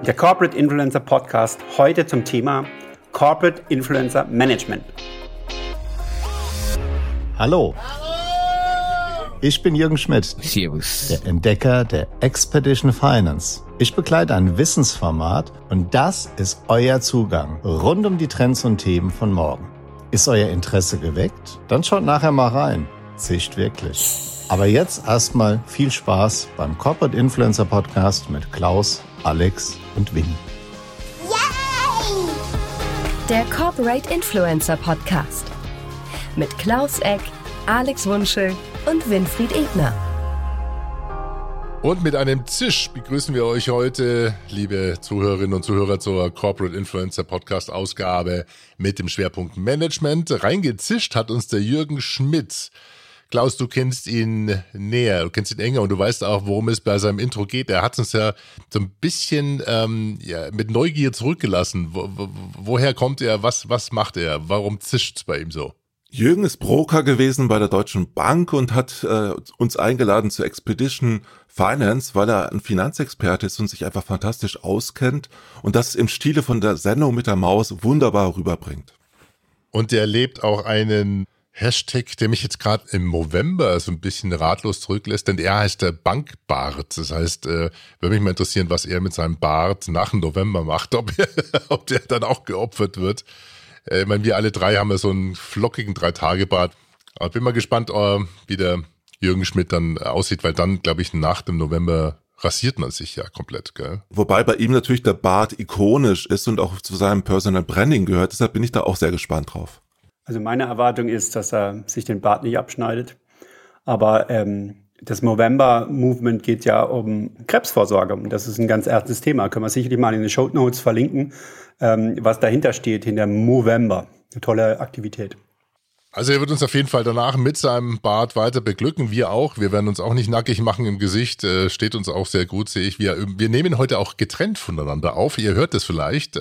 Der Corporate Influencer Podcast heute zum Thema Corporate Influencer Management. Hallo, ich bin Jürgen Schmidt, Servus. der Entdecker der Expedition Finance. Ich begleite ein Wissensformat und das ist euer Zugang rund um die Trends und Themen von morgen. Ist euer Interesse geweckt? Dann schaut nachher mal rein. Zischt wirklich. Aber jetzt erstmal viel Spaß beim Corporate Influencer Podcast mit Klaus, Alex und Winnie. Yay! Der Corporate Influencer Podcast mit Klaus Eck, Alex Wunschel und Winfried Ebner. Und mit einem Zisch begrüßen wir euch heute, liebe Zuhörerinnen und Zuhörer, zur Corporate Influencer Podcast Ausgabe mit dem Schwerpunkt Management. Reingezischt hat uns der Jürgen Schmidt. Klaus, du kennst ihn näher, du kennst ihn enger und du weißt auch, worum es bei seinem Intro geht. Er hat uns ja so ein bisschen mit Neugier zurückgelassen. Woher kommt er? Was macht er? Warum zischt es bei ihm so? Jürgen ist Broker gewesen bei der Deutschen Bank und hat uns eingeladen zur Expedition Finance, weil er ein Finanzexperte ist und sich einfach fantastisch auskennt und das im Stile von der Sendung mit der Maus wunderbar rüberbringt. Und er lebt auch einen Hashtag, der mich jetzt gerade im November so ein bisschen ratlos zurücklässt, denn er heißt der Bankbart. Das heißt, würde mich mal interessieren, was er mit seinem Bart nach dem November macht, ob der dann auch geopfert wird. Ich meine, wir alle drei haben ja so einen flockigen 3-Tage-Bart. Aber bin mal gespannt, wie der Jürgen Schmidt dann aussieht, weil dann, glaube ich, nach dem November rasiert man sich ja komplett, gell? Wobei bei ihm natürlich der Bart ikonisch ist und auch zu seinem Personal Branding gehört. Deshalb bin ich da auch sehr gespannt drauf. Also meine Erwartung ist, dass er sich den Bart nicht abschneidet. Aber das Movember-Movement geht ja um Krebsvorsorge. Und das ist ein ganz ernstes Thema. Können wir sicherlich mal in den Shownotes verlinken, was dahinter steht, hinter Movember. Eine tolle Aktivität. Also er wird uns auf jeden Fall danach mit seinem Bart weiter beglücken. Wir auch. Wir werden uns auch nicht nackig machen im Gesicht. Steht uns auch sehr gut, sehe ich. Wir nehmen heute auch getrennt voneinander auf. Ihr hört es vielleicht.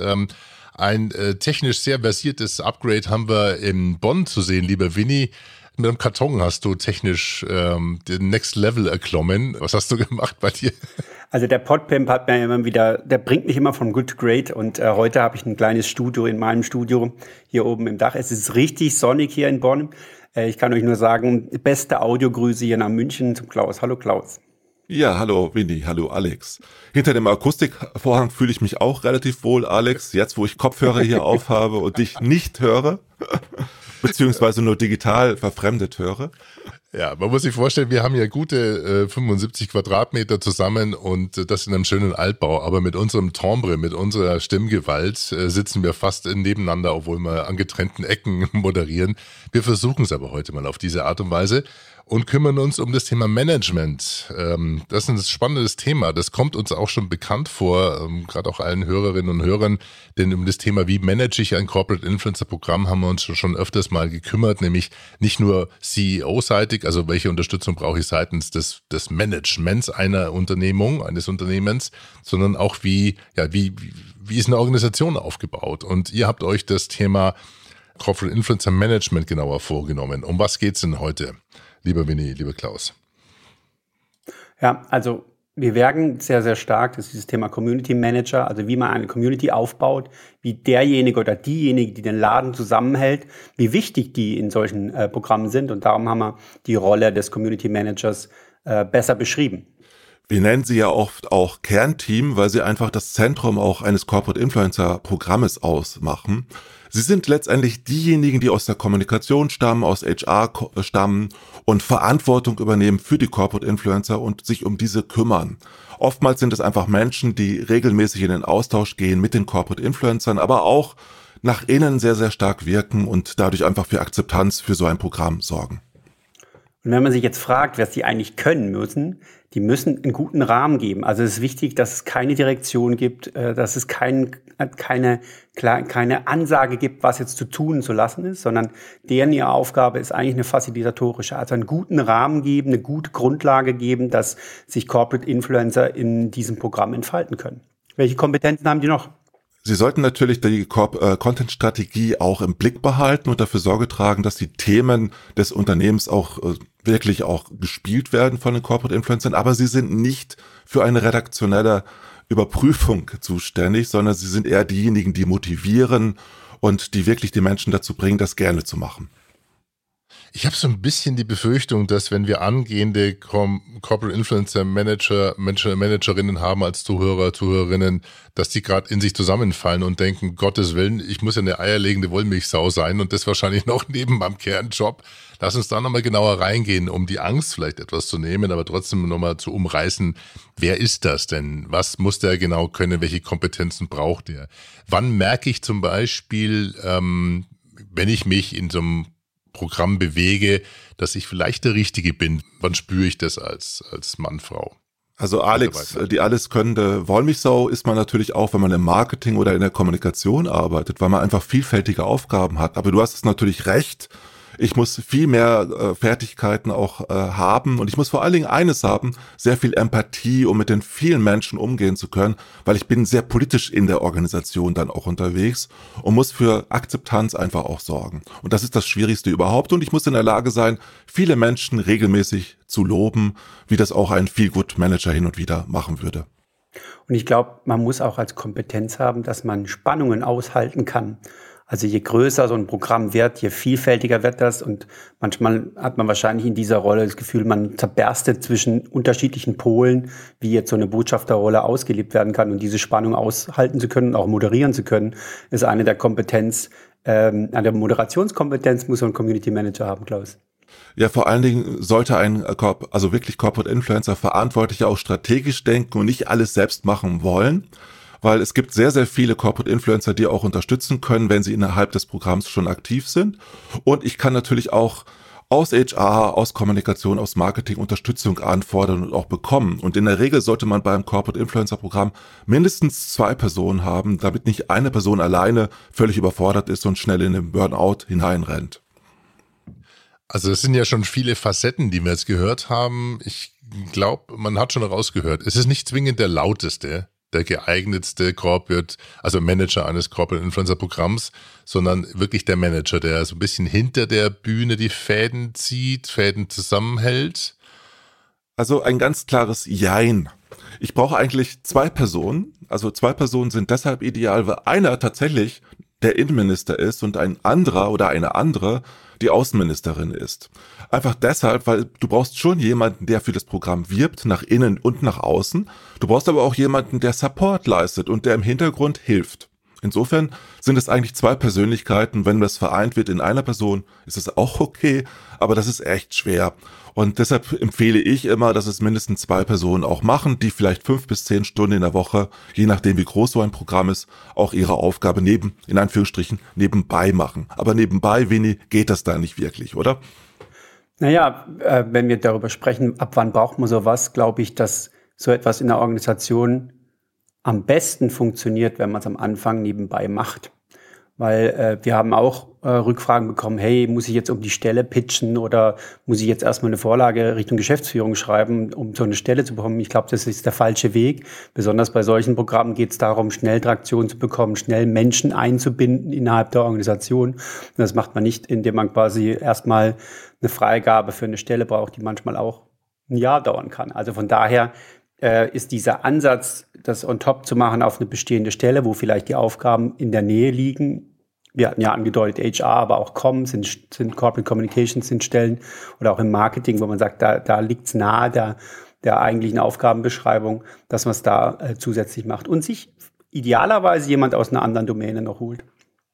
Ein technisch sehr versiertes Upgrade haben wir in Bonn zu sehen, lieber Winnie. Mit einem Karton hast du technisch den Next Level erklommen. Was hast du gemacht bei dir? Also der Podpimp hat mir immer wieder, der bringt mich immer von good to great und heute habe ich ein kleines Studio in meinem Studio hier oben im Dach. Es ist richtig sonnig hier in Bonn. Ich kann euch nur sagen, beste Audiogrüße hier nach München zum Klaus. Hallo Klaus. Ja, hallo Winnie, hallo Alex. Hinter dem Akustikvorhang fühle ich mich auch relativ wohl, Alex. Jetzt, wo ich Kopfhörer hier aufhabe und dich nicht höre, beziehungsweise nur digital verfremdet höre. Ja, man muss sich vorstellen, wir haben ja gute 75 Quadratmeter zusammen und das in einem schönen Altbau. Aber mit unserem Timbre, mit unserer Stimmgewalt sitzen wir fast nebeneinander, obwohl wir an getrennten Ecken moderieren. Wir versuchen es aber heute mal auf diese Art und Weise und kümmern uns um das Thema Management. Das ist ein spannendes Thema. Das kommt uns auch schon bekannt vor, gerade auch allen Hörerinnen und Hörern. Denn um das Thema, wie manage ich ein Corporate Influencer Programm, haben wir uns schon öfters mal gekümmert. Nämlich nicht nur CEO-seitig, also welche Unterstützung brauche ich seitens des Managements eines Unternehmens, sondern auch wie ist eine Organisation aufgebaut. Und ihr habt euch das Thema Corporate Influencer Management genauer vorgenommen. Um was geht's denn heute? Lieber Winnie, lieber Klaus. Ja, also wir werken sehr, sehr stark, das ist dieses Thema Community Manager, also wie man eine Community aufbaut, wie derjenige oder diejenige, die den Laden zusammenhält, wie wichtig die in solchen Programmen sind. Und darum haben wir die Rolle des Community Managers besser beschrieben. Wir nennen sie ja oft auch Kernteam, weil sie einfach das Zentrum auch eines Corporate Influencer Programmes ausmachen. Sie sind letztendlich diejenigen, die aus der Kommunikation stammen, aus HR stammen und Verantwortung übernehmen für die Corporate Influencer und sich um diese kümmern. Oftmals sind es einfach Menschen, die regelmäßig in den Austausch gehen mit den Corporate Influencern, aber auch nach innen sehr, sehr stark wirken und dadurch einfach für Akzeptanz für so ein Programm sorgen. Und wenn man sich jetzt fragt, was die eigentlich können müssen, die müssen einen guten Rahmen geben. Also es ist wichtig, dass es keine Direktion gibt, dass es keine Ansage gibt, was jetzt zu tun und zu lassen ist, sondern ihre Aufgabe ist eigentlich eine facilitatorische. Also einen guten Rahmen geben, eine gute Grundlage geben, dass sich Corporate Influencer in diesem Programm entfalten können. Welche Kompetenzen haben die noch? Sie sollten natürlich die Content-Strategie auch im Blick behalten und dafür Sorge tragen, dass die Themen des Unternehmens auch wirklich auch gespielt werden von den Corporate Influencern, aber sie sind nicht für eine redaktionelle Überprüfung zuständig, sondern sie sind eher diejenigen, die motivieren und die wirklich die Menschen dazu bringen, das gerne zu machen. Ich habe so ein bisschen die Befürchtung, dass wenn wir angehende Corporate Influencer Managerinnen haben als Zuhörer, Zuhörerinnen, dass die gerade in sich zusammenfallen und denken, Gottes Willen, ich muss ja eine eierlegende Wollmilchsau sein und das wahrscheinlich noch neben meinem Kernjob. Lass uns da nochmal genauer reingehen, um die Angst vielleicht etwas zu nehmen, aber trotzdem nochmal zu umreißen, wer ist das denn? Was muss der genau können? Welche Kompetenzen braucht er? Wann merke ich zum Beispiel, wenn ich mich in so einem Programm bewege, dass ich vielleicht der Richtige bin? Wann spüre ich das als Mann, Frau? Also Alex, die alles könnende Wollmilchsau ist man natürlich auch, wenn man im Marketing oder in der Kommunikation arbeitet, weil man einfach vielfältige Aufgaben hat. Aber du hast es natürlich recht. Ich muss viel mehr Fertigkeiten auch haben und ich muss vor allen Dingen eines haben, sehr viel Empathie, um mit den vielen Menschen umgehen zu können, weil ich bin sehr politisch in der Organisation dann auch unterwegs und muss für Akzeptanz einfach auch sorgen. Und das ist das Schwierigste überhaupt und ich muss in der Lage sein, viele Menschen regelmäßig zu loben, wie das auch ein Feel-Good-Manager hin und wieder machen würde. Und ich glaube, man muss auch als Kompetenz haben, dass man Spannungen aushalten kann. Also je größer so ein Programm wird, je vielfältiger wird das und manchmal hat man wahrscheinlich in dieser Rolle das Gefühl, man zerberstet zwischen unterschiedlichen Polen, wie jetzt so eine Botschafterrolle ausgelebt werden kann. Und diese Spannung aushalten zu können und auch moderieren zu können, ist eine der Kompetenz, an der Moderationskompetenz muss so ein Community Manager haben, Klaus. Ja, vor allen Dingen sollte also wirklich Corporate Influencer Verantwortliche auch strategisch denken und nicht alles selbst machen wollen. Weil es gibt sehr, sehr viele Corporate Influencer, die auch unterstützen können, wenn sie innerhalb des Programms schon aktiv sind. Und ich kann natürlich auch aus HR, aus Kommunikation, aus Marketing Unterstützung anfordern und auch bekommen. Und in der Regel sollte man beim Corporate Influencer Programm mindestens 2 Personen haben, damit nicht eine Person alleine völlig überfordert ist und schnell in den Burnout hineinrennt. Also das sind ja schon viele Facetten, die wir jetzt gehört haben. Ich glaube, man hat schon rausgehört, es ist nicht zwingend der lauteste, der geeignetste Manager eines Corporate Influencer Programms, sondern wirklich der Manager, der so ein bisschen hinter der Bühne die Fäden zieht, Fäden zusammenhält. Also ein ganz klares Jein. Ich brauche eigentlich 2 Personen. Also 2 Personen sind deshalb ideal, weil einer tatsächlich der Innenminister ist und ein anderer oder eine andere die Außenministerin ist. Einfach deshalb, weil du brauchst schon jemanden, der für das Programm wirbt, nach innen und nach außen. Du brauchst aber auch jemanden, der Support leistet und der im Hintergrund hilft. Insofern sind es eigentlich 2 Persönlichkeiten. Wenn das vereint wird in einer Person, ist es auch okay, aber das ist echt schwer. Und deshalb empfehle ich immer, dass es mindestens 2 Personen auch machen, die vielleicht 5 bis 10 Stunden in der Woche, je nachdem wie groß so ein Programm ist, auch ihre Aufgabe nebenbei machen. Aber nebenbei, Winnie, geht das da nicht wirklich, oder? Naja, wenn wir darüber sprechen, ab wann braucht man sowas, glaube ich, dass so etwas in der Organisation am besten funktioniert, wenn man es am Anfang nebenbei macht. Weil wir haben auch Rückfragen bekommen, hey, muss ich jetzt um die Stelle pitchen oder muss ich jetzt erstmal eine Vorlage Richtung Geschäftsführung schreiben, um so eine Stelle zu bekommen? Ich glaube, das ist der falsche Weg. Besonders bei solchen Programmen geht es darum, schnell Traktion zu bekommen, schnell Menschen einzubinden innerhalb der Organisation. Und das macht man nicht, indem man quasi erstmal eine Freigabe für eine Stelle braucht, die manchmal auch ein Jahr dauern kann. Also von daher ist dieser Ansatz, das on top zu machen auf eine bestehende Stelle, wo vielleicht die Aufgaben in der Nähe liegen. Wir hatten ja angedeutet, HR, aber auch Com sind Corporate Communications sind Stellen oder auch im Marketing, wo man sagt, da liegt es nahe der eigentlichen Aufgabenbeschreibung, dass man es da zusätzlich macht und sich idealerweise jemand aus einer anderen Domäne noch holt.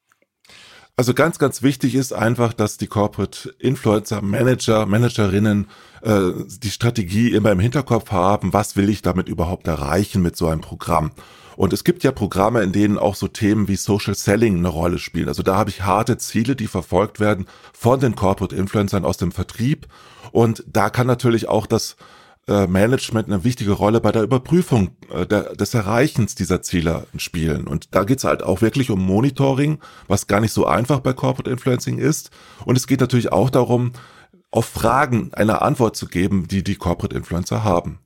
Also ganz, ganz wichtig ist einfach, dass die Corporate Influencer Manager, Managerinnen die Strategie immer im Hinterkopf haben, was will ich damit überhaupt erreichen mit so einem Programm. Und es gibt ja Programme, in denen auch so Themen wie Social Selling eine Rolle spielen. Also da habe ich harte Ziele, die verfolgt werden von den Corporate Influencern aus dem Vertrieb. Und da kann natürlich auch das Management eine wichtige Rolle bei der Überprüfung des Erreichens dieser Ziele spielen. Und da geht's halt auch wirklich um Monitoring, was gar nicht so einfach bei Corporate Influencing ist. Und es geht natürlich auch darum, auf Fragen eine Antwort zu geben, die Corporate Influencer haben.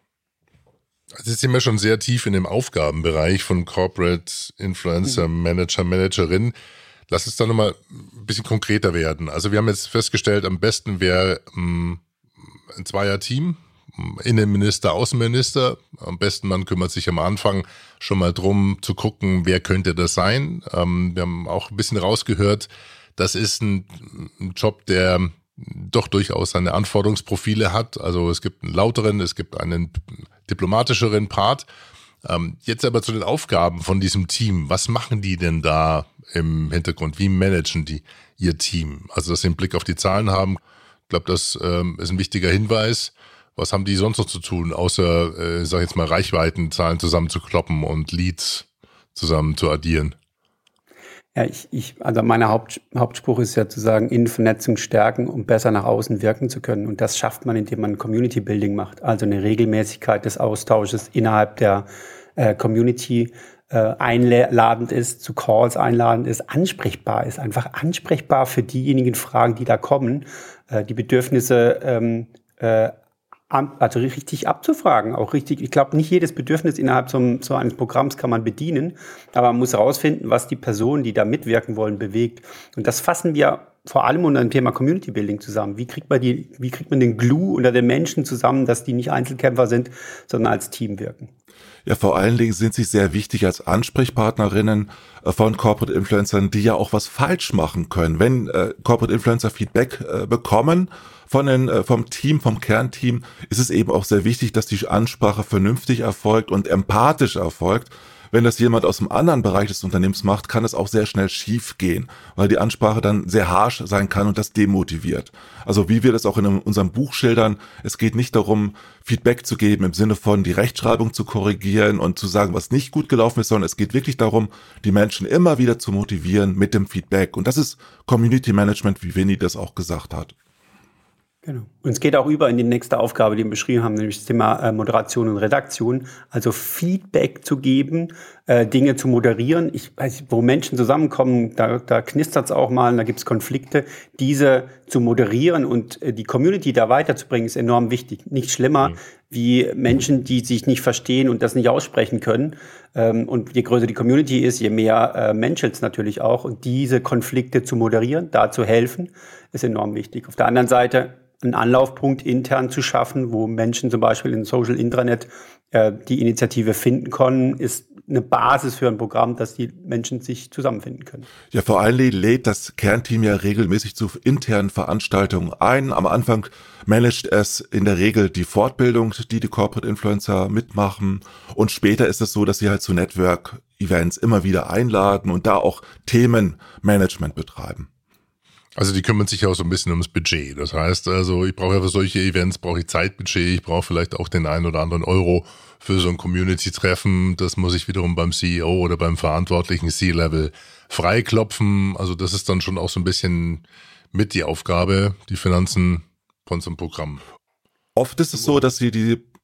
Also jetzt sind wir schon sehr tief in dem Aufgabenbereich von Corporate Influencer Manager, Managerin. Lass uns da nochmal ein bisschen konkreter werden. Also wir haben jetzt festgestellt, am besten wäre ein Zweier-Team, Innenminister, Außenminister. Am besten man kümmert sich am Anfang schon mal drum zu gucken, wer könnte das sein. Wir haben auch ein bisschen rausgehört, das ist ein Job, der doch durchaus seine Anforderungsprofile hat. Also es gibt einen lauteren, es gibt einen diplomatischeren Part. Jetzt aber zu den Aufgaben von diesem Team. Was machen die denn da im Hintergrund? Wie managen die ihr Team? Also, dass sie einen Blick auf die Zahlen haben. Ich glaube, das ist ein wichtiger Hinweis. Was haben die sonst noch zu tun, außer, sag ich jetzt mal, Reichweitenzahlen zusammenzukloppen und Leads zusammen zu addieren? Ja, also mein Hauptspruch ist ja zu sagen, Innenvernetzung stärken, um besser nach außen wirken zu können. Und das schafft man, indem man Community Building macht. Also eine Regelmäßigkeit des Austausches innerhalb der Community, einladend ist, zu Calls einladend ist, ansprechbar ist. Einfach ansprechbar für diejenigen Fragen, die da kommen, die Bedürfnisse also richtig abzufragen, auch richtig. Ich glaube, nicht jedes Bedürfnis innerhalb so eines Programms kann man bedienen, aber man muss herausfinden, was die Personen, die da mitwirken wollen, bewegt. Und das fassen wir vor allem unter dem Thema Community Building zusammen. Wie kriegt man den Glue unter den Menschen zusammen, dass die nicht Einzelkämpfer sind, sondern als Team wirken? Ja, vor allen Dingen sind sie sehr wichtig als Ansprechpartnerinnen von Corporate Influencern, die ja auch was falsch machen können. Wenn Corporate Influencer Feedback bekommen vom Team, vom Kernteam, ist es eben auch sehr wichtig, dass die Ansprache vernünftig erfolgt und empathisch erfolgt. Wenn das jemand aus einem anderen Bereich des Unternehmens macht, kann es auch sehr schnell schief gehen, weil die Ansprache dann sehr harsch sein kann und das demotiviert. Also wie wir das auch in unserem Buch schildern, es geht nicht darum, Feedback zu geben im Sinne von die Rechtschreibung zu korrigieren und zu sagen, was nicht gut gelaufen ist, sondern es geht wirklich darum, die Menschen immer wieder zu motivieren mit dem Feedback. Und das ist Community Management, wie Winnie das auch gesagt hat. Genau. Und es geht auch über in die nächste Aufgabe, die wir beschrieben haben, nämlich das Thema Moderation und Redaktion. Also Feedback zu geben, Dinge zu moderieren. Ich weiß nicht, wo Menschen zusammenkommen, da knistert es auch mal, da gibt es Konflikte. Diese zu moderieren und die Community da weiterzubringen, ist enorm wichtig. Nicht schlimmer wie Menschen, die sich nicht verstehen und das nicht aussprechen können. Und je größer die Community ist, je mehr menschelt es natürlich auch. Und diese Konflikte zu moderieren, da zu helfen, ist enorm wichtig. Auf der anderen Seite einen Anlaufpunkt intern zu schaffen, wo Menschen zum Beispiel in Social Intranet die Initiative finden können, ist eine Basis für ein Programm, dass die Menschen sich zusammenfinden können. Ja, vor allen Dingen lädt das Kernteam ja regelmäßig zu internen Veranstaltungen ein. Am Anfang managt es in der Regel die Fortbildung, die Corporate Influencer mitmachen. Und später ist es so, dass sie halt zu Network-Events immer wieder einladen und da auch Themenmanagement betreiben. Also die kümmern sich auch so ein bisschen ums Budget. Das heißt also, ich brauche ja für solche Events, brauche ich Zeitbudget, ich brauche vielleicht auch den einen oder anderen Euro für so ein Community-Treffen. Das muss ich wiederum beim CEO oder beim verantwortlichen C-Level freiklopfen. Also das ist dann schon auch so ein bisschen mit die Aufgabe, die Finanzen von so einem Programm. Oft ist es so, dass sie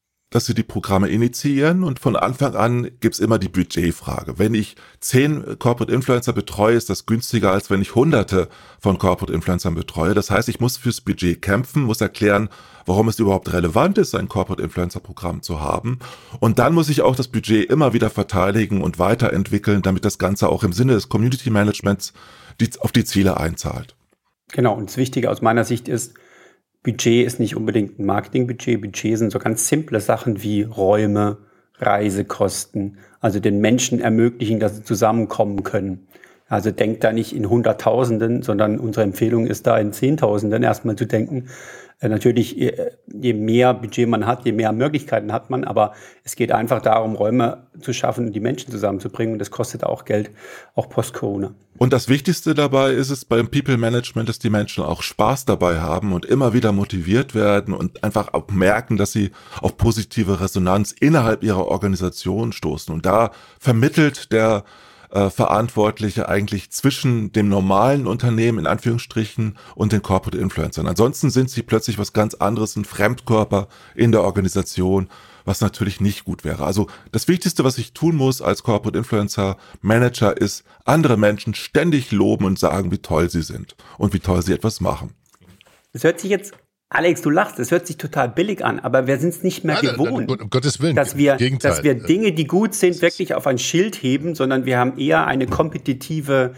die Programme initiieren und von Anfang an gibt's immer die Budgetfrage. Wenn ich 10 Corporate Influencer betreue, ist das günstiger, als wenn ich Hunderte von Corporate Influencern betreue. Das heißt, ich muss fürs Budget kämpfen, muss erklären, warum es überhaupt relevant ist, ein Corporate Influencer Programm zu haben. Und dann muss ich auch das Budget immer wieder verteidigen und weiterentwickeln, damit das Ganze auch im Sinne des Community Managements auf die Ziele einzahlt. Genau, und das Wichtige aus meiner Sicht ist, Budget ist nicht unbedingt ein Marketingbudget. Budget sind so ganz simple Sachen wie Räume, Reisekosten, also den Menschen ermöglichen, dass sie zusammenkommen können. Also denkt da nicht in Hunderttausenden, sondern unsere Empfehlung ist da in Zehntausenden erstmal zu denken. Natürlich, je mehr Budget man hat, je mehr Möglichkeiten hat man, aber es geht einfach darum, Räume zu schaffen und die Menschen zusammenzubringen und das kostet auch Geld, auch post-Corona. Und das Wichtigste dabei ist es beim People Management, dass die Menschen auch Spaß dabei haben und immer wieder motiviert werden und einfach auch merken, dass sie auf positive Resonanz innerhalb ihrer Organisation stoßen. Und da vermittelt der Verantwortliche eigentlich zwischen dem normalen Unternehmen in Anführungsstrichen und den Corporate Influencern. Ansonsten sind sie plötzlich was ganz anderes, ein Fremdkörper in der Organisation, was natürlich nicht gut wäre. Also das Wichtigste, was ich tun muss als Corporate Influencer Manager, ist andere Menschen ständig loben und sagen, wie toll sie sind und wie toll sie etwas machen. Das hört sich jetzt, Alex, du lachst, es hört sich total billig an, aber wir sind es nicht mehr gewohnt, um Gottes Willen, dass wir Dinge, die gut sind, wirklich auf ein Schild heben, sondern wir haben eher eine kompetitive,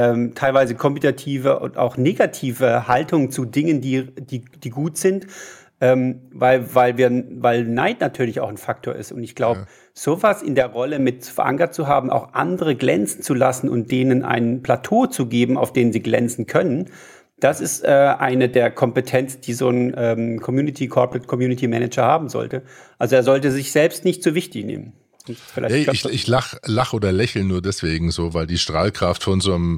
teilweise kompetitive und auch negative Haltung zu Dingen, die gut sind. weil Neid natürlich auch ein Faktor ist. Und ich glaube, sowas in der Rolle mit verankert zu haben, auch andere glänzen zu lassen und denen ein Plateau zu geben, auf denen sie glänzen können, das ist eine der Kompetenzen, die so ein Corporate Community Manager haben sollte. Also er sollte sich selbst nicht zu wichtig nehmen. Ich lach oder lächle nur deswegen so, weil die Strahlkraft von so einem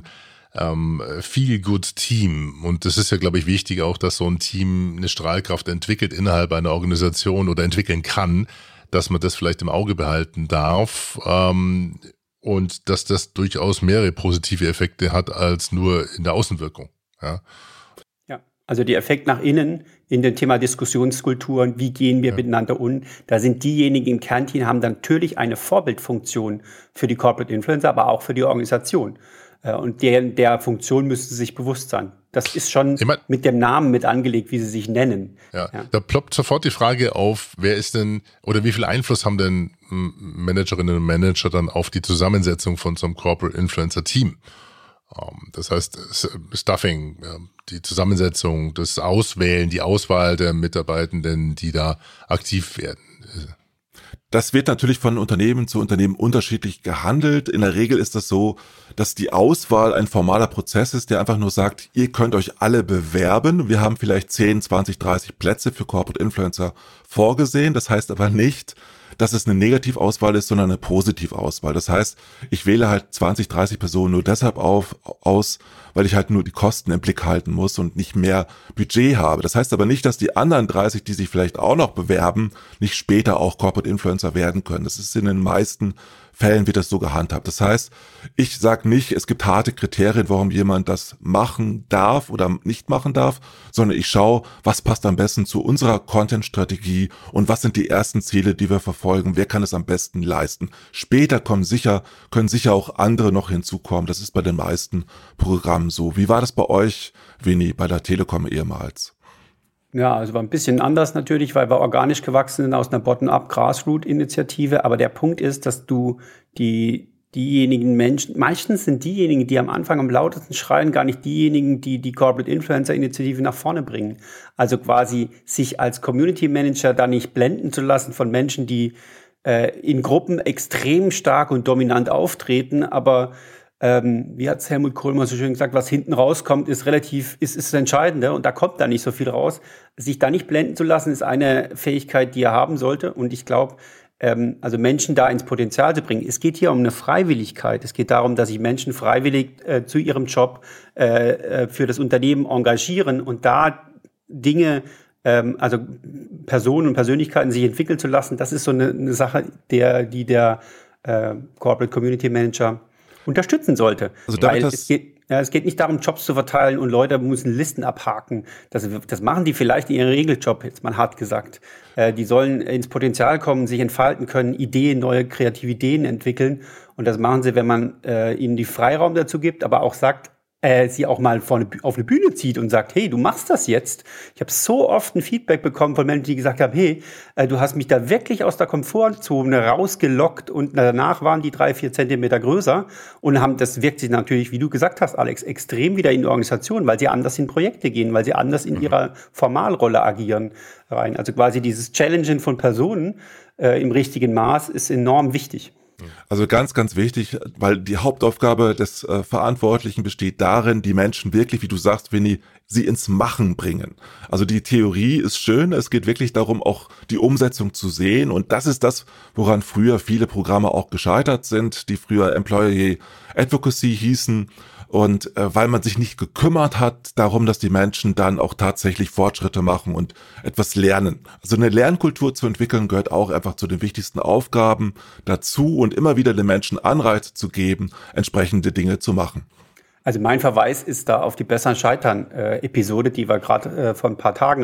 Feel-Good-Team, und das ist ja, glaube ich, wichtig auch, dass so ein Team eine Strahlkraft entwickelt innerhalb einer Organisation oder entwickeln kann, dass man das vielleicht im Auge behalten darf und dass das durchaus mehrere positive Effekte hat als nur in der Außenwirkung. Ja, also der Effekt nach innen in dem Thema Diskussionskulturen, wie gehen wir miteinander um, da sind diejenigen im Kernteam, haben natürlich eine Vorbildfunktion für die Corporate Influencer, aber auch für die Organisation. Und der Funktion müssen sie sich bewusst sein. Das ist schon mit dem Namen mit angelegt, wie sie sich nennen. Ja. Da ploppt sofort die Frage auf, wer ist denn oder wie viel Einfluss haben denn Managerinnen und Manager dann auf die Zusammensetzung von so einem Corporate Influencer Team? Das heißt, Stuffing, die Zusammensetzung, das Auswählen, die Auswahl der Mitarbeitenden, die da aktiv werden. Das wird natürlich von Unternehmen zu Unternehmen unterschiedlich gehandelt. In der Regel ist das so, dass die Auswahl ein formaler Prozess ist, der einfach nur sagt, ihr könnt euch alle bewerben. Wir haben vielleicht 10, 20, 30 Plätze für Corporate Influencer vorgesehen. Das heißt aber nicht, dass es eine Negativauswahl ist, sondern eine Positivauswahl. Das heißt, ich wähle halt 20, 30 Personen nur deshalb aus, weil ich halt nur die Kosten im Blick halten muss und nicht mehr Budget habe. Das heißt aber nicht, dass die anderen 30, die sich vielleicht auch noch bewerben, nicht später auch Corporate Influencer werden können. Das ist in den meisten Fällen wird das so gehandhabt. Das heißt, ich sage nicht, es gibt harte Kriterien, warum jemand das machen darf oder nicht machen darf, sondern ich schaue, was passt am besten zu unserer Content-Strategie und was sind die ersten Ziele, die wir verfolgen, wer kann es am besten leisten. Später können sicher auch andere noch hinzukommen. Das ist bei den meisten Programmen so. Wie war das bei euch, Winnie, bei der Telekom ehemals? Ja, also war ein bisschen anders natürlich, weil wir organisch gewachsen sind aus einer Bottom-up-Grassroot-Initiative. Aber der Punkt ist, dass du diejenigen Menschen, meistens sind diejenigen, die am Anfang am lautesten schreien, gar nicht diejenigen, die die Corporate Influencer-Initiative nach vorne bringen. Also quasi sich als Community Manager da nicht blenden zu lassen von Menschen, die in Gruppen extrem stark und dominant auftreten, aber wie hat es Helmut Kohl mal so schön gesagt, was hinten rauskommt, ist das Entscheidende und da kommt da nicht so viel raus. Sich da nicht blenden zu lassen, ist eine Fähigkeit, die er haben sollte und ich glaube, also Menschen da ins Potenzial zu bringen. Es geht hier um eine Freiwilligkeit. Es geht darum, dass sich Menschen freiwillig zu ihrem Job für das Unternehmen engagieren und da Dinge, also Personen und Persönlichkeiten sich entwickeln zu lassen. Das ist so eine Sache, die der Corporate Community Manager unterstützen sollte. Also weil es geht nicht darum, Jobs zu verteilen und Leute müssen Listen abhaken. Das machen die vielleicht in ihrem Regeljob, jetzt mal hart gesagt. Die sollen ins Potenzial kommen, sich entfalten können, neue kreative Ideen entwickeln. Und das machen sie, wenn man ihnen die Freiraum dazu gibt, aber auch sagt, sie auch mal auf eine Bühne zieht und sagt, hey, du machst das jetzt. Ich habe so oft ein Feedback bekommen von Menschen, die gesagt haben, hey, du hast mich da wirklich aus der Komfortzone rausgelockt und danach waren die 3-4 Zentimeter größer und das wirkt sich natürlich, wie du gesagt hast, Alex, extrem wieder in die Organisation, weil sie anders in Projekte gehen, weil sie anders in ihrer Formalrolle agieren rein. Also quasi dieses Challengen von Personen im richtigen Maß ist enorm wichtig. Also ganz, ganz wichtig, weil die Hauptaufgabe des Verantwortlichen besteht darin, die Menschen wirklich, wie du sagst, Winnie, sie ins Machen bringen. Also die Theorie ist schön, es geht wirklich darum, auch die Umsetzung zu sehen und das ist das, woran früher viele Programme auch gescheitert sind, die früher Employee Advocacy hießen. Und weil man sich nicht gekümmert hat darum, dass die Menschen dann auch tatsächlich Fortschritte machen und etwas lernen. Also eine Lernkultur zu entwickeln gehört auch einfach zu den wichtigsten Aufgaben dazu und immer wieder den Menschen Anreize zu geben, entsprechende Dinge zu machen. Also mein Verweis ist da auf die Besser Scheitern Episode, die wir gerade vor ein paar Tagen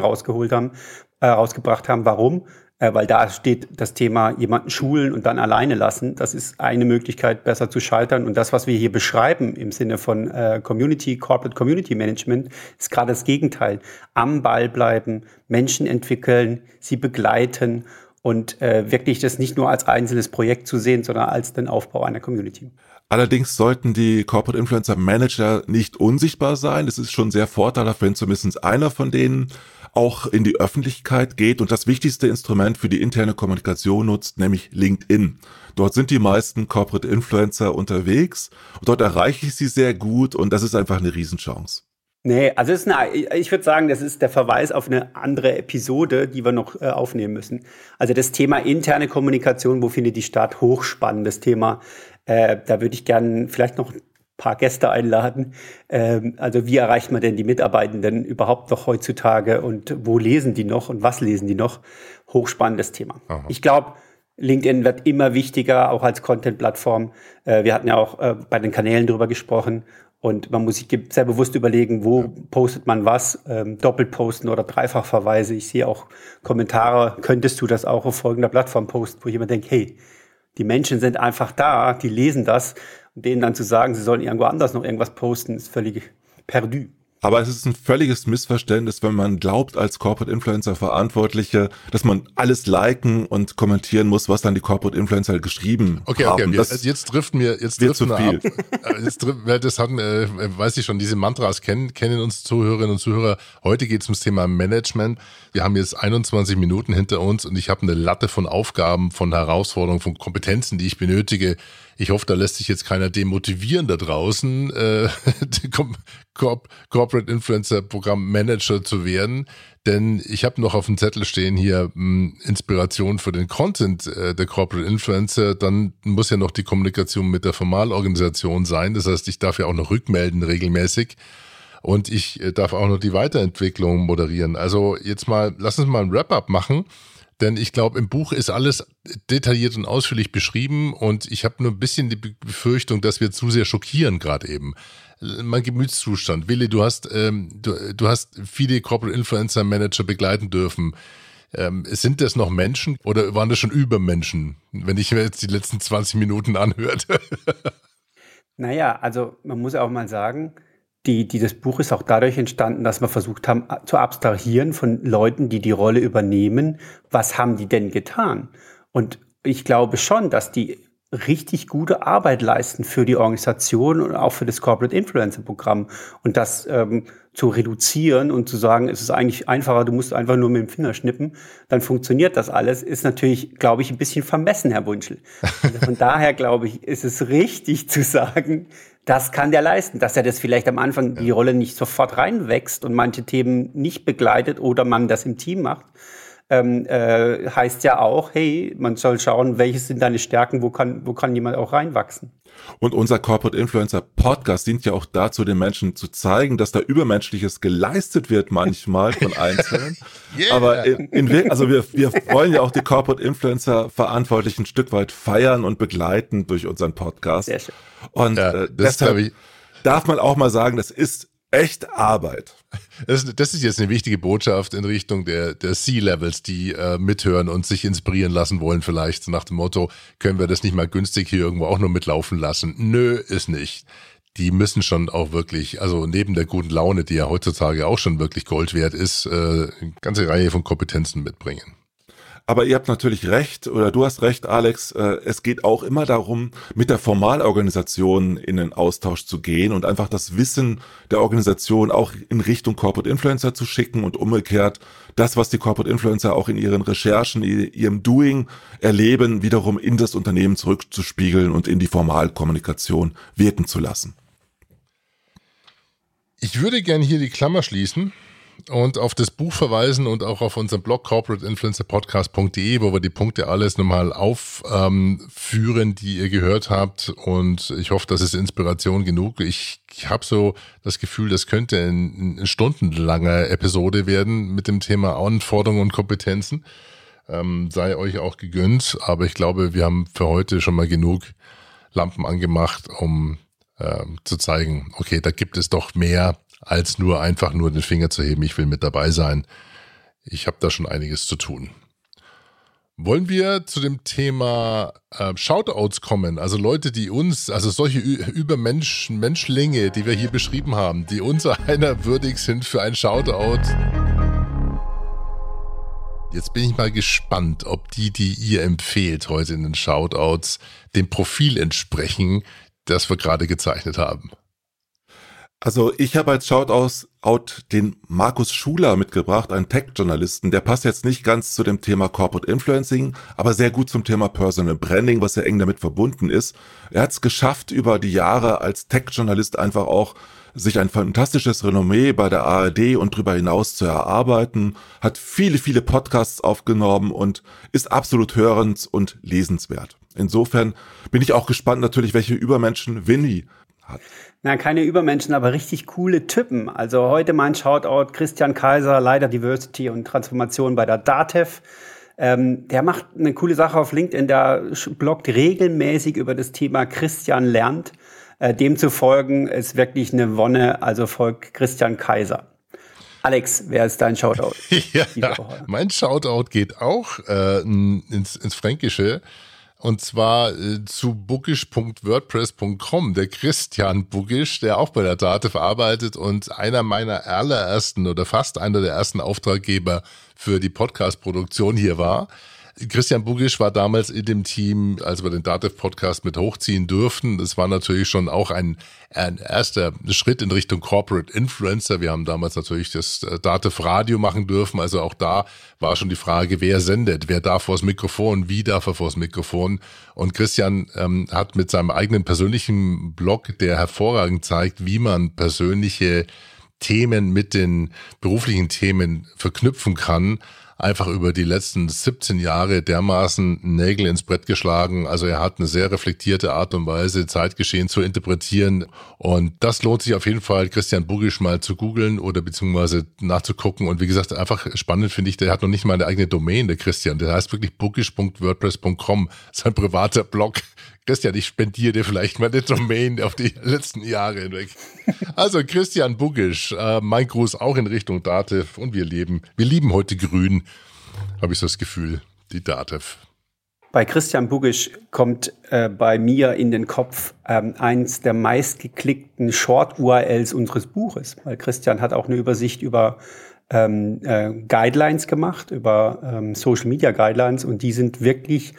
rausgebracht haben. Warum? Weil da steht das Thema jemanden schulen und dann alleine lassen. Das ist eine Möglichkeit, besser zu scheitern. Und das, was wir hier beschreiben im Sinne von Corporate Community Management, ist gerade das Gegenteil. Am Ball bleiben, Menschen entwickeln, sie begleiten und wirklich das nicht nur als einzelnes Projekt zu sehen, sondern als den Aufbau einer Community. Allerdings sollten die Corporate Influencer Manager nicht unsichtbar sein. Es ist schon sehr vorteilhaft, wenn zumindest einer von denen auch in die Öffentlichkeit geht und das wichtigste Instrument für die interne Kommunikation nutzt, nämlich LinkedIn. Dort sind die meisten Corporate Influencer unterwegs und dort erreiche ich sie sehr gut und das ist einfach eine Riesenchance. Nee, also ich würde sagen, das ist der Verweis auf eine andere Episode, die wir noch aufnehmen müssen. Also das Thema interne Kommunikation, wo findet die statt? Hochspannendes Thema. Da würde ich gerne vielleicht noch ein paar Gäste einladen. Also wie erreicht man denn die Mitarbeitenden überhaupt noch heutzutage und wo lesen die noch und was lesen die noch? Hochspannendes Thema. Aha. Ich glaube, LinkedIn wird immer wichtiger, auch als Content-Plattform. Wir hatten ja auch bei den Kanälen drüber gesprochen. Und man muss sich sehr bewusst überlegen, wo postet man was, doppelt posten oder Dreifachverweise. Ich sehe auch Kommentare, könntest du das auch auf folgender Plattform posten, wo ich immer denke, hey, die Menschen sind einfach da, die lesen das. Und denen dann zu sagen, sie sollen irgendwo anders noch irgendwas posten, ist völlig perdu. Aber es ist ein völliges Missverständnis, wenn man glaubt, als Corporate Influencer Verantwortliche, dass man alles liken und kommentieren muss, was dann die Corporate Influencer geschrieben haben. Jetzt driften wir ab. Das hatten, weiß ich schon, diese Mantras kennen uns Zuhörerinnen und Zuhörer. Heute geht es ums Thema Management. Wir haben jetzt 21 Minuten hinter uns und ich habe eine Latte von Aufgaben, von Herausforderungen, von Kompetenzen, die ich benötige. Ich hoffe, da lässt sich jetzt keiner demotivieren da draußen, Corporate Influencer Programm Manager zu werden, denn ich habe noch auf dem Zettel stehen hier Inspiration für den Content der Corporate Influencer, dann muss ja noch die Kommunikation mit der Formalorganisation sein, das heißt, ich darf ja auch noch rückmelden regelmäßig und ich darf auch noch die Weiterentwicklung moderieren. Also jetzt mal, lass uns mal ein Wrap-up machen. Denn ich glaube, im Buch ist alles detailliert und ausführlich beschrieben und ich habe nur ein bisschen die Befürchtung, dass wir zu sehr schockieren gerade eben. Mein Gemütszustand. Willi, du hast viele Corporate Influencer Manager begleiten dürfen. Sind das noch Menschen oder waren das schon Übermenschen, wenn ich mir jetzt die letzten 20 Minuten anhörte? Naja, also man muss auch mal sagen, das Buch ist auch dadurch entstanden, dass wir versucht haben zu abstrahieren von Leuten, die die Rolle übernehmen. Was haben die denn getan? Und ich glaube schon, dass die richtig gute Arbeit leisten für die Organisation und auch für das Corporate Influencer Programm. Und das zu reduzieren und zu sagen, es ist eigentlich einfacher, du musst einfach nur mit dem Finger schnippen, dann funktioniert das alles, ist natürlich, glaube ich, ein bisschen vermessen, Herr Wunschel. Also von daher, glaube ich, ist es richtig zu sagen, das kann der leisten, dass er das vielleicht am Anfang die Rolle nicht sofort reinwächst und manche Themen nicht begleitet oder man das im Team macht. Heißt ja auch, hey, man soll schauen, welches sind deine Stärken, wo kann jemand auch reinwachsen. Und unser Corporate Influencer Podcast dient ja auch dazu, den Menschen zu zeigen, dass da Übermenschliches geleistet wird manchmal von Einzelnen. Yeah. Aber also wir wollen ja auch die Corporate Influencer Verantwortlichen ein Stück weit feiern und begleiten durch unseren Podcast. Sehr schön. Und deshalb darf man auch mal sagen, das ist echt Arbeit. Das ist jetzt eine wichtige Botschaft in Richtung der C-Levels, die mithören und sich inspirieren lassen wollen vielleicht nach dem Motto, können wir das nicht mal günstig hier irgendwo auch nur mitlaufen lassen? Nö, ist nicht. Die müssen schon auch wirklich, also neben der guten Laune, die ja heutzutage auch schon wirklich Gold wert ist, eine ganze Reihe von Kompetenzen mitbringen. Aber ihr habt natürlich recht, oder du hast recht, Alex, es geht auch immer darum, mit der Formalorganisation in den Austausch zu gehen und einfach das Wissen der Organisation auch in Richtung Corporate Influencer zu schicken und umgekehrt das, was die Corporate Influencer auch in ihren Recherchen, ihrem Doing erleben, wiederum in das Unternehmen zurückzuspiegeln und in die Formalkommunikation wirken zu lassen. Ich würde gerne hier die Klammer schließen und auf das Buch verweisen und auch auf unseren Blog corporateinfluencerpodcast.de, wo wir die Punkte alles nochmal aufführen, die ihr gehört habt, und ich hoffe, das ist Inspiration genug. Ich habe so das Gefühl, das könnte eine stundenlange Episode werden mit dem Thema Anforderungen und Kompetenzen. Sei euch auch gegönnt, aber ich glaube, wir haben für heute schon mal genug Lampen angemacht, um zu zeigen, okay, da gibt es doch mehr als nur einfach nur den Finger zu heben, ich will mit dabei sein. Ich habe da schon einiges zu tun. Wollen wir zu dem Thema Shoutouts kommen? Also Leute, die uns, also solche Menschlinge, die wir hier beschrieben haben, die unser einer würdig sind für ein Shoutout. Jetzt bin ich mal gespannt, ob die ihr empfehlt heute in den Shoutouts, dem Profil entsprechen, das wir gerade gezeichnet haben. Also ich habe als Shoutout den Markus Schuler mitgebracht, einen Tech-Journalisten. Der passt jetzt nicht ganz zu dem Thema Corporate Influencing, aber sehr gut zum Thema Personal Branding, was ja eng damit verbunden ist. Er hat es geschafft, über die Jahre als Tech-Journalist einfach auch sich ein fantastisches Renommee bei der ARD und darüber hinaus zu erarbeiten, hat viele, viele Podcasts aufgenommen und ist absolut hörens- und lesenswert. Insofern bin ich auch gespannt natürlich, welche Übermenschen Winnie hat. Na, keine Übermenschen, aber richtig coole Typen. Also heute mein Shoutout, Christian Kaiser, Leiter Diversity und Transformation bei der DATEV. Der macht eine coole Sache auf LinkedIn, der bloggt regelmäßig über das Thema Christian lernt. Dem zu folgen ist wirklich eine Wonne, also folgt Christian Kaiser. Alex, wer ist dein Shoutout? Ja, mein Shoutout geht auch ins Fränkische. Und zwar zu buggisch.wordpress.com. Der Christian Buggisch, der auch bei der DATEV arbeitet und einer meiner allerersten oder fast einer der ersten Auftraggeber für die Podcast-Produktion hier war. Christian Buggisch war damals in dem Team, als wir den DATEV-Podcast mit hochziehen durften. Das war natürlich schon auch ein erster Schritt in Richtung Corporate Influencer. Wir haben damals natürlich das DATEV-Radio machen dürfen. Also auch da war schon die Frage, wer sendet, wer darf vors Mikrofon, wie darf er vors Mikrofon. Und Christian hat mit seinem eigenen persönlichen Blog, der hervorragend zeigt, wie man persönliche Themen mit den beruflichen Themen verknüpfen kann, einfach über die letzten 17 Jahre dermaßen Nägel ins Brett geschlagen. Also er hat eine sehr reflektierte Art und Weise, Zeitgeschehen zu interpretieren. Und das lohnt sich auf jeden Fall, Christian Buggisch mal zu googeln oder beziehungsweise nachzugucken. Und wie gesagt, einfach spannend finde ich, der hat noch nicht mal eine eigene Domain, der Christian. Der heißt wirklich buggisch.wordpress.com. Sein privater Blog. Christian, ich spendiere dir vielleicht mal eine Domain auf die letzten Jahre hinweg. Also Christian Buggisch, mein Gruß auch in Richtung DATEV und wir lieben heute grün, habe ich so das Gefühl, die DATEV. Bei Christian Buggisch kommt bei mir in den Kopf eins der meistgeklickten Short-URLs unseres Buches, weil Christian hat auch eine Übersicht über Guidelines gemacht, über Social Media Guidelines und die sind wirklich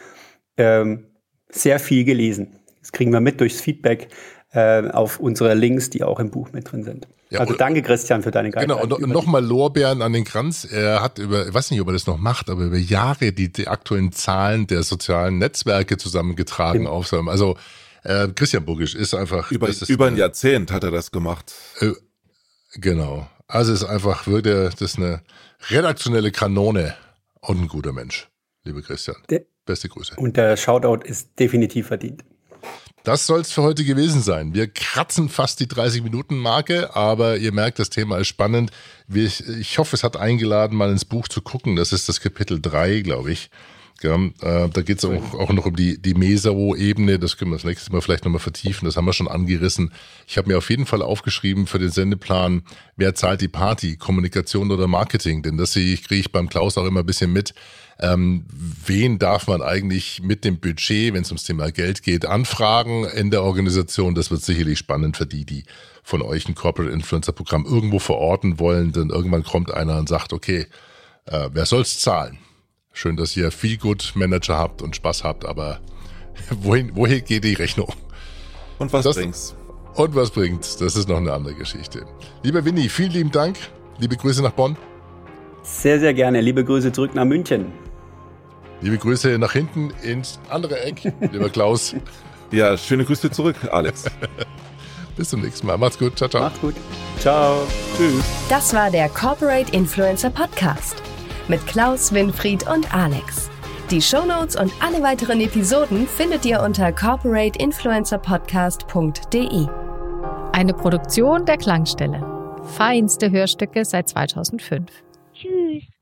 sehr viel gelesen. Das kriegen wir mit durchs Feedback auf unsere Links, die auch im Buch mit drin sind. Ja, also danke, Christian, für deine Guidelines. Genau, und nochmal Lorbeeren an den Kranz. Er hat ich weiß nicht, ob er das noch macht, aber über Jahre die aktuellen Zahlen der sozialen Netzwerke zusammengetragen aufsammeln. Also Christian Buggisch ist einfach... Über ein Jahrzehnt hat er das gemacht. Genau. Also ist einfach, das ist eine redaktionelle Kanone und ein guter Mensch, lieber Christian. Beste Grüße. Und der Shoutout ist definitiv verdient. Das soll es für heute gewesen sein. Wir kratzen fast die 30-Minuten-Marke, aber ihr merkt, das Thema ist spannend. Ich hoffe, es hat eingeladen, mal ins Buch zu gucken. Das ist das Kapitel 3, glaube ich. Ja, da geht es auch noch um die Meso-Ebene. Das können wir das nächste Mal vielleicht nochmal vertiefen. Das haben wir schon angerissen. Ich habe mir auf jeden Fall aufgeschrieben für den Sendeplan, wer zahlt die Party, Kommunikation oder Marketing? Denn das kriege ich beim Klaus auch immer ein bisschen mit. Wen darf man eigentlich mit dem Budget, wenn es ums Thema Geld geht, anfragen in der Organisation? Das wird sicherlich spannend für die von euch ein Corporate Influencer Programm irgendwo verorten wollen. Denn irgendwann kommt einer und sagt, okay, wer soll's zahlen? Schön, dass ihr Feel-Good-Manager habt und Spaß habt, aber wohin geht die Rechnung? Und was bringt's? Und was bringt's? Das ist noch eine andere Geschichte. Lieber Winnie, vielen lieben Dank. Liebe Grüße nach Bonn. Sehr, sehr gerne. Liebe Grüße zurück nach München. Liebe Grüße nach hinten ins andere Eck, lieber Klaus. Ja, schöne Grüße zurück, Alex. Bis zum nächsten Mal. Macht's gut. Ciao, ciao. Macht's gut. Ciao. Tschüss. Das war der Corporate Influencer Podcast mit Klaus, Winfried und Alex. Die Shownotes und alle weiteren Episoden findet ihr unter corporateinfluencerpodcast.de. Eine Produktion der Klangstelle. Feinste Hörstücke seit 2005. Tschüss.